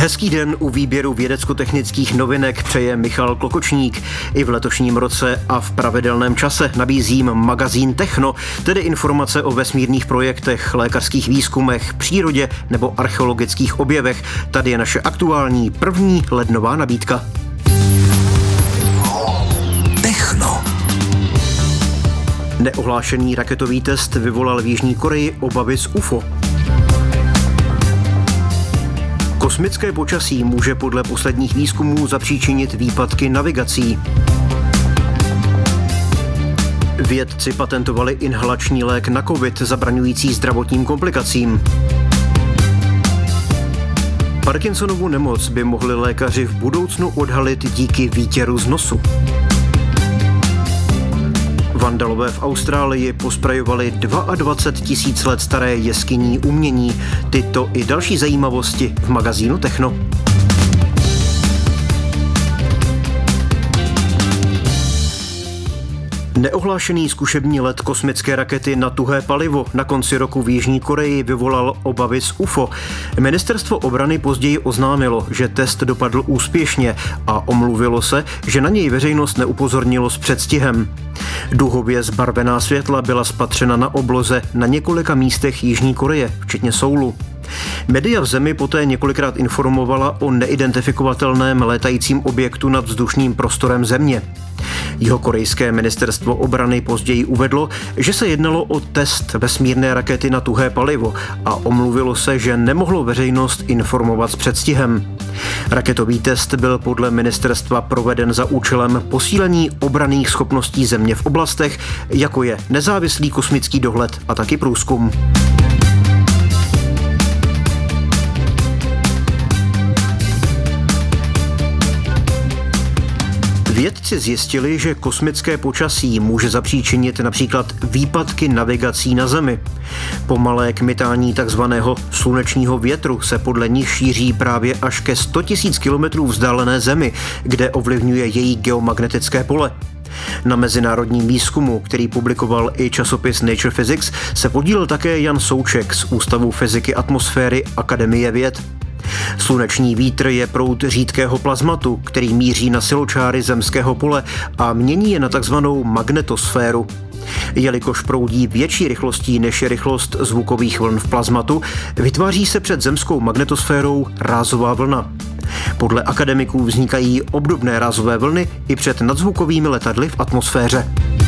Hezký den u výběru vědecko-technických novinek přeje Michal Klokočník. I v letošním roce a v pravidelném čase nabízím magazín Techno, tedy informace o vesmírných projektech, lékařských výzkumech, přírodě nebo archeologických objevech. Tady je naše aktuální první lednová nabídka. Techno. Neohlášený raketový test vyvolal v Jižní Koreji obavy z UFO. Kosmické počasí může podle posledních výzkumů zapříčinit výpadky navigací. Vědci patentovali inhalační lék na COVID, zabraňující zdravotním komplikacím. Parkinsonovu nemoc by mohli lékaři v budoucnu odhalit díky výtěru z nosu. Vandalové v Austrálii posprajovali 22 000 let staré jeskyní umění. Tyto i další zajímavosti v magazínu Techno. Neohlášený zkušební let kosmické rakety na tuhé palivo na konci roku v Jižní Koreji vyvolal obavy z UFO. Ministerstvo obrany později oznámilo, že test dopadl úspěšně a omluvilo se, že na něj veřejnost neupozornilo s předstihem. Duhově zbarvená světla byla spatřena na obloze na několika místech Jižní Koreje, včetně Soulu. Média v zemi poté několikrát informovala o neidentifikovatelném létajícím objektu nad vzdušným prostorem země. Jihokorejské ministerstvo obrany později uvedlo, že se jednalo o test vesmírné rakety na tuhé palivo a omluvilo se, že nemohlo veřejnost informovat s předstihem. Raketový test byl podle ministerstva proveden za účelem posílení obranných schopností země v oblastech, jako je nezávislý kosmický dohled a taky průzkum. Vědci zjistili, že kosmické počasí může zapříčinit například výpadky navigací na Zemi. Pomalé kmitání takzvaného slunečního větru se podle nich šíří právě až ke 100 000 kilometrů vzdálené Zemi, kde ovlivňuje její geomagnetické pole. Na mezinárodním výzkumu, který publikoval i časopis Nature Physics, se podílel také Jan Souček z Ústavu fyziky atmosféry Akademie věd. Sluneční vítr je proud řídkého plazmatu, který míří na siločáry zemského pole a mění je na takzvanou magnetosféru. Jelikož proudí větší rychlostí než je rychlost zvukových vln v plazmatu, vytváří se před zemskou magnetosférou rázová vlna. Podle akademiků vznikají obdobné rázové vlny i před nadzvukovými letadly v atmosféře.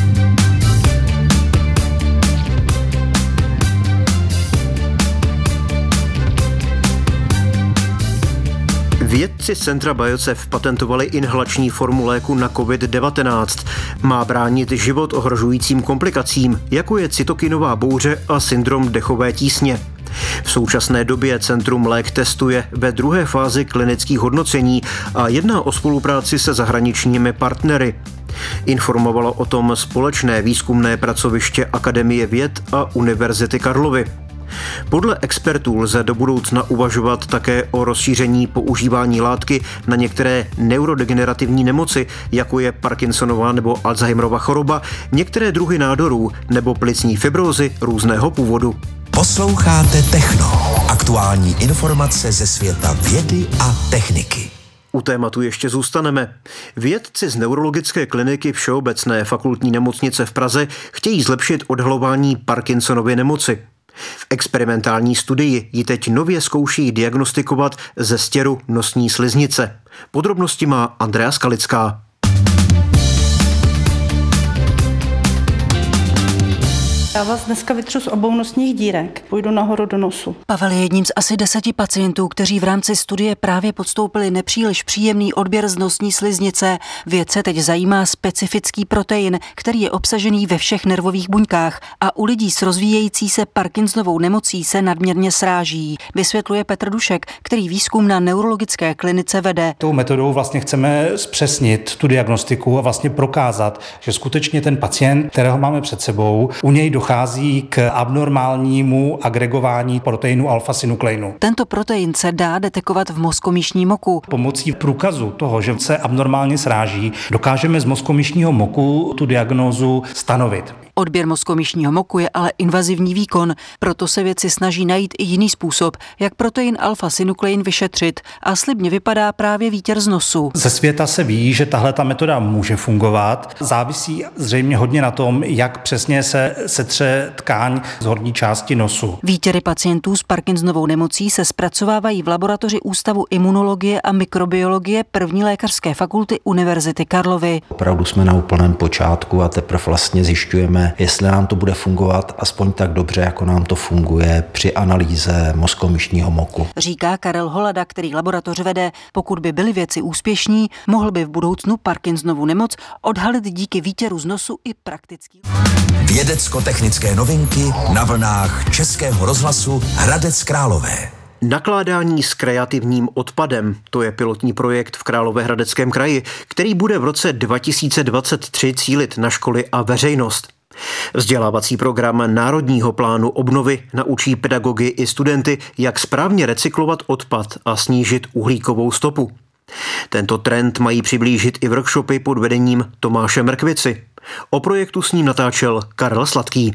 Vědci z Centra BioCev patentovali inhalační formu léku na COVID-19. Má bránit život ohrožujícím komplikacím, jako je cytokinová bouře a syndrom dechové tísně. V současné době centrum lék testuje ve druhé fázi klinických hodnocení a jedná o spolupráci se zahraničními partnery. Informovalo o tom společné výzkumné pracoviště Akademie věd a Univerzity Karlovy. Podle expertů lze do budoucna uvažovat také o rozšíření používání látky na některé neurodegenerativní nemoci, jako je Parkinsonova nebo Alzheimerova choroba, některé druhy nádorů nebo plicní fibrózy různého původu. Posloucháte Techno. Aktuální informace ze světa vědy a techniky. U tématu ještě zůstaneme. Vědci z neurologické kliniky Všeobecné fakultní nemocnice v Praze chtějí zlepšit odhalování Parkinsonovy nemoci. V experimentální studii ji teď nově zkouší diagnostikovat ze stěru nosní sliznice. Podrobnosti má Andrea Skalická. Já vás dneska vytřu z obou nosních dírek. Půjdu nahoru do nosu. Pavel je jedním z asi 10 pacientů, kteří v rámci studie právě podstoupili nepříliš příjemný odběr z nosní sliznice. Vědce teď zajímá specifický protein, který je obsažený ve všech nervových buňkách a u lidí s rozvíjející se Parkinsonovou nemocí se nadměrně sráží. Vysvětluje Petr Dušek, který výzkum na neurologické klinice vede. Tou metodou vlastně chceme zpřesnit tu diagnostiku a vlastně prokázat, že skutečně ten pacient, kterého máme před sebou, u něj dochází k abnormálnímu agregování proteinu alfa-synukleinu. Tento protein se dá detekovat v mozkomyšním moku. Pomocí průkazu toho, že se abnormálně sráží, dokážeme z mozkomyšního moku tu diagnózu stanovit. Odběr mozkomyšního moku je ale invazivní výkon, proto se vědci snaží najít i jiný způsob, jak protein alfa-synuklein vyšetřit a slibně vypadá právě výtěr z nosu. Ze světa se ví, že tahle ta metoda může fungovat. Závisí zřejmě hodně na tom, jak přesně se setře tkáň z horní části nosu. Výtěry pacientů s Parkinsonovou nemocí se zpracovávají v laboratoři Ústavu imunologie a mikrobiologie první lékařské fakulty Univerzity Karlovy. Opravdu jsme na úplném počátku a teprve vlastně zjišťujeme, jestli nám to bude fungovat aspoň tak dobře, jako nám to funguje při analýze mozkomyšního moku. Říká Karel Holada, který laboratoř vede. Pokud by byli vědci úspěšní, mohl by v budoucnu Parkinsonovu nemoc odhalit díky výtěru z nosu i praktický. Vědecko-technické novinky na vlnách Českého rozhlasu Hradec Králové. Nakládání s kreativním odpadem, to je pilotní projekt v Královéhradeckém kraji, který bude v roce 2023 cílit na školy a veřejnost. Vzdělávací program Národního plánu obnovy naučí pedagogy i studenty, jak správně recyklovat odpad a snížit uhlíkovou stopu. Tento trend mají přiblížit i workshopy pod vedením Tomáše Mrkvici. O projektu s ním natáčel Karel Sladký.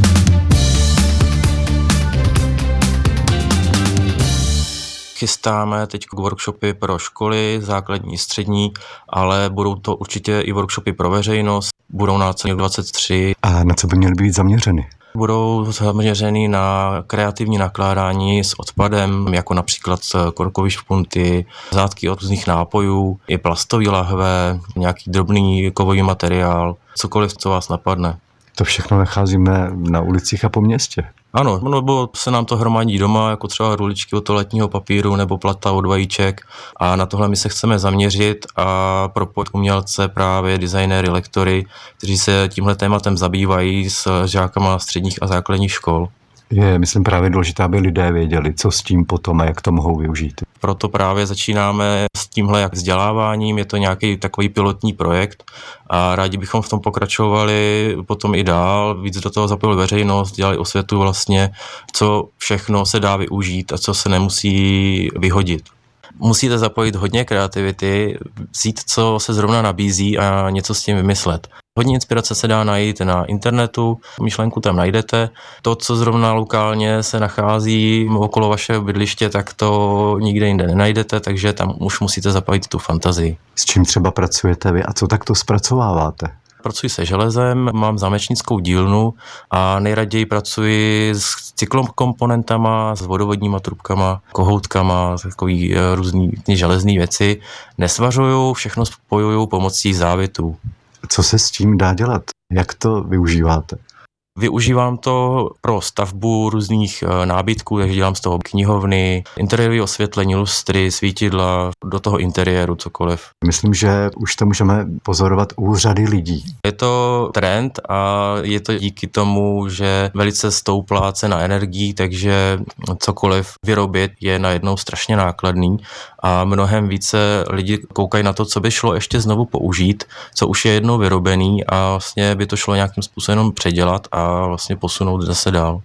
Chystáme teď workshopy pro školy, základní, střední, ale budou to určitě i workshopy pro veřejnost. Budou na celý 23. A na co by měly být zaměřeny? Budou zaměřeny na kreativní nakládání s odpadem, jako například korkové špunty, řádky od různých nápojů, i plastové lahve, nějaký drobný kovový materiál, cokoliv, co vás napadne. To všechno nacházíme na ulicích a po městě. Ano, nebo se nám to hromadí doma, jako třeba ruličky od toaletního papíru nebo plata od vajíček, a na tohle my se chceme zaměřit a propojit umělce, právě designéry, lektory, kteří se tímhle tématem zabývají s žákama středních a základních škol. Je, myslím, právě důležité, aby lidé věděli, co s tím potom a jak to mohou využít. Proto právě začínáme s tímhle jak vzděláváním, je to nějaký takový pilotní projekt a rádi bychom v tom pokračovali potom i dál, víc do toho zapojili veřejnost, dělali osvětu vlastně, co všechno se dá využít a co se nemusí vyhodit. Musíte zapojit hodně kreativity, vzít, co se zrovna nabízí a něco s tím vymyslet. Hodně inspirace se dá najít na internetu, myšlenku tam najdete. To, co zrovna lokálně se nachází okolo vašeho bydliště, tak to nikde jinde nenajdete, takže tam už musíte zapojit tu fantazii. S čím třeba pracujete vy a co takto zpracováváte? Pracuji se železem, mám zámečnickou dílnu a nejraději pracuji s cyklokomponentama, s vodovodníma trubkama, kohoutkama, takový různý železný věci. Nesvařuju, všechno spojuju pomocí závitů. Co se s tím dá dělat? Jak to využíváte? Využívám to pro stavbu různých nábytků, takže dělám z toho knihovny, interiérové osvětlení, lustry, svítidla, do toho interiéru cokoliv. Myslím, že už to můžeme pozorovat u řady lidí. Je to trend a je to díky tomu, že velice stoupla cena energií, takže cokoliv vyrobit je najednou strašně nákladný a mnohem více lidi koukají na to, co by šlo ještě znovu použít, co už je jednou vyrobený a vlastně by to šlo nějakým způsobem předělat a vlastně posunout zase dál.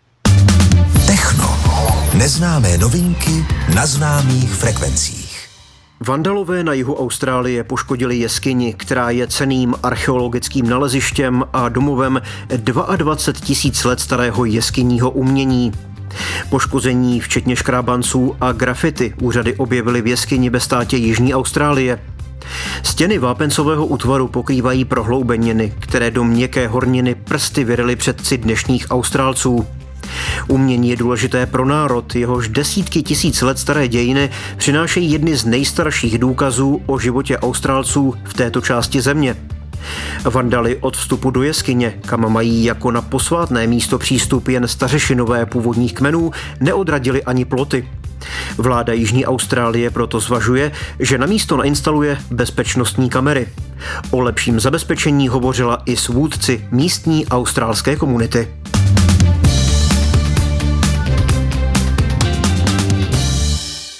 Techno. Neznámé novinky na známých frekvencích. Vandalové na jihu Austrálie poškodili jeskyni, která je cenným archeologickým nalezištěm a domovem 22 000 let starého jeskyního umění. Poškození, včetně škrábanců a grafity, úřady objevily v jeskyni ve státě Jižní Austrálie. Stěny vápencového útvaru pokrývají prohloubeniny, které do měkké horniny prsty vyryly předci dnešních Austrálců. Umění je důležité pro národ, jehož desítky tisíc let staré dějiny přinášejí jedny z nejstarších důkazů o životě Austrálců v této části země. Vandali od vstupu do jeskyně, kam mají jako na posvátné místo přístup jen stařešinové původních kmenů, neodradili ani ploty. Vláda Jižní Austrálie proto zvažuje, že na místo nainstaluje bezpečnostní kamery. O lepším zabezpečení hovořila i s vůdci místní australské komunity.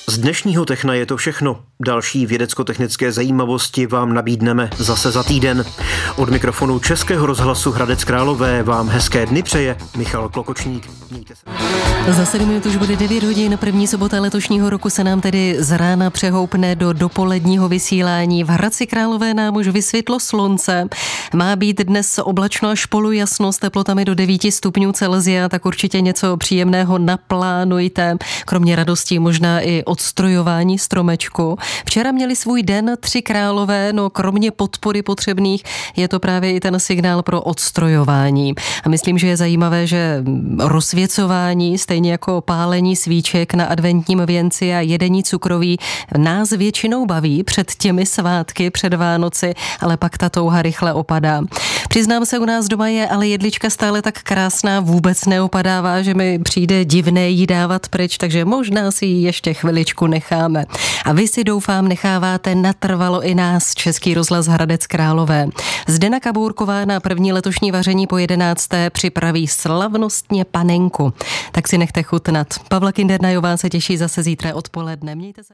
Z dnešního Techna je to všechno. Další vědecko-technické zajímavosti vám nabídneme zase za týden. Od mikrofonu Českého rozhlasu Hradec Králové vám hezké dny přeje Michal Klokočník. Mějte se. Za 7 minut už bude 9 hodin. První sobota letošního roku se nám tedy z rána přehoupne do dopoledního vysílání. V Hradci Králové nám už vysvětlo slunce. Má být dnes oblačno až polojasno s teplotami do 9 stupňů Celsia, tak určitě něco příjemného naplánujte. Kromě radosti možná i odstrojování stromečku. Včera měli svůj den 3 králové, no kromě podpory potřebných je to právě i ten signál pro odstrojování. A myslím, že je zajímavé, že rozsvěcování, stejně jako pálení svíček na adventním věnci a jedení cukroví nás většinou baví před těmi svátky, před Vánoci, ale pak ta touha rychle opadá. Přiznám se, u nás doma je ale jedlička stále tak krásná, vůbec neopadává, že mi přijde divné jí dávat pryč, takže možná si ji ještě chviličku necháme. A vy si doufám necháváte natrvalo i nás, Český rozhlas Hradec Králové. Zdena Kabourková na první letošní vaření po 11. připraví slavnostně panenku. Tak si nechte chutnat. Pavla Kindernajová se těší zase zítra odpoledne. Mějte se.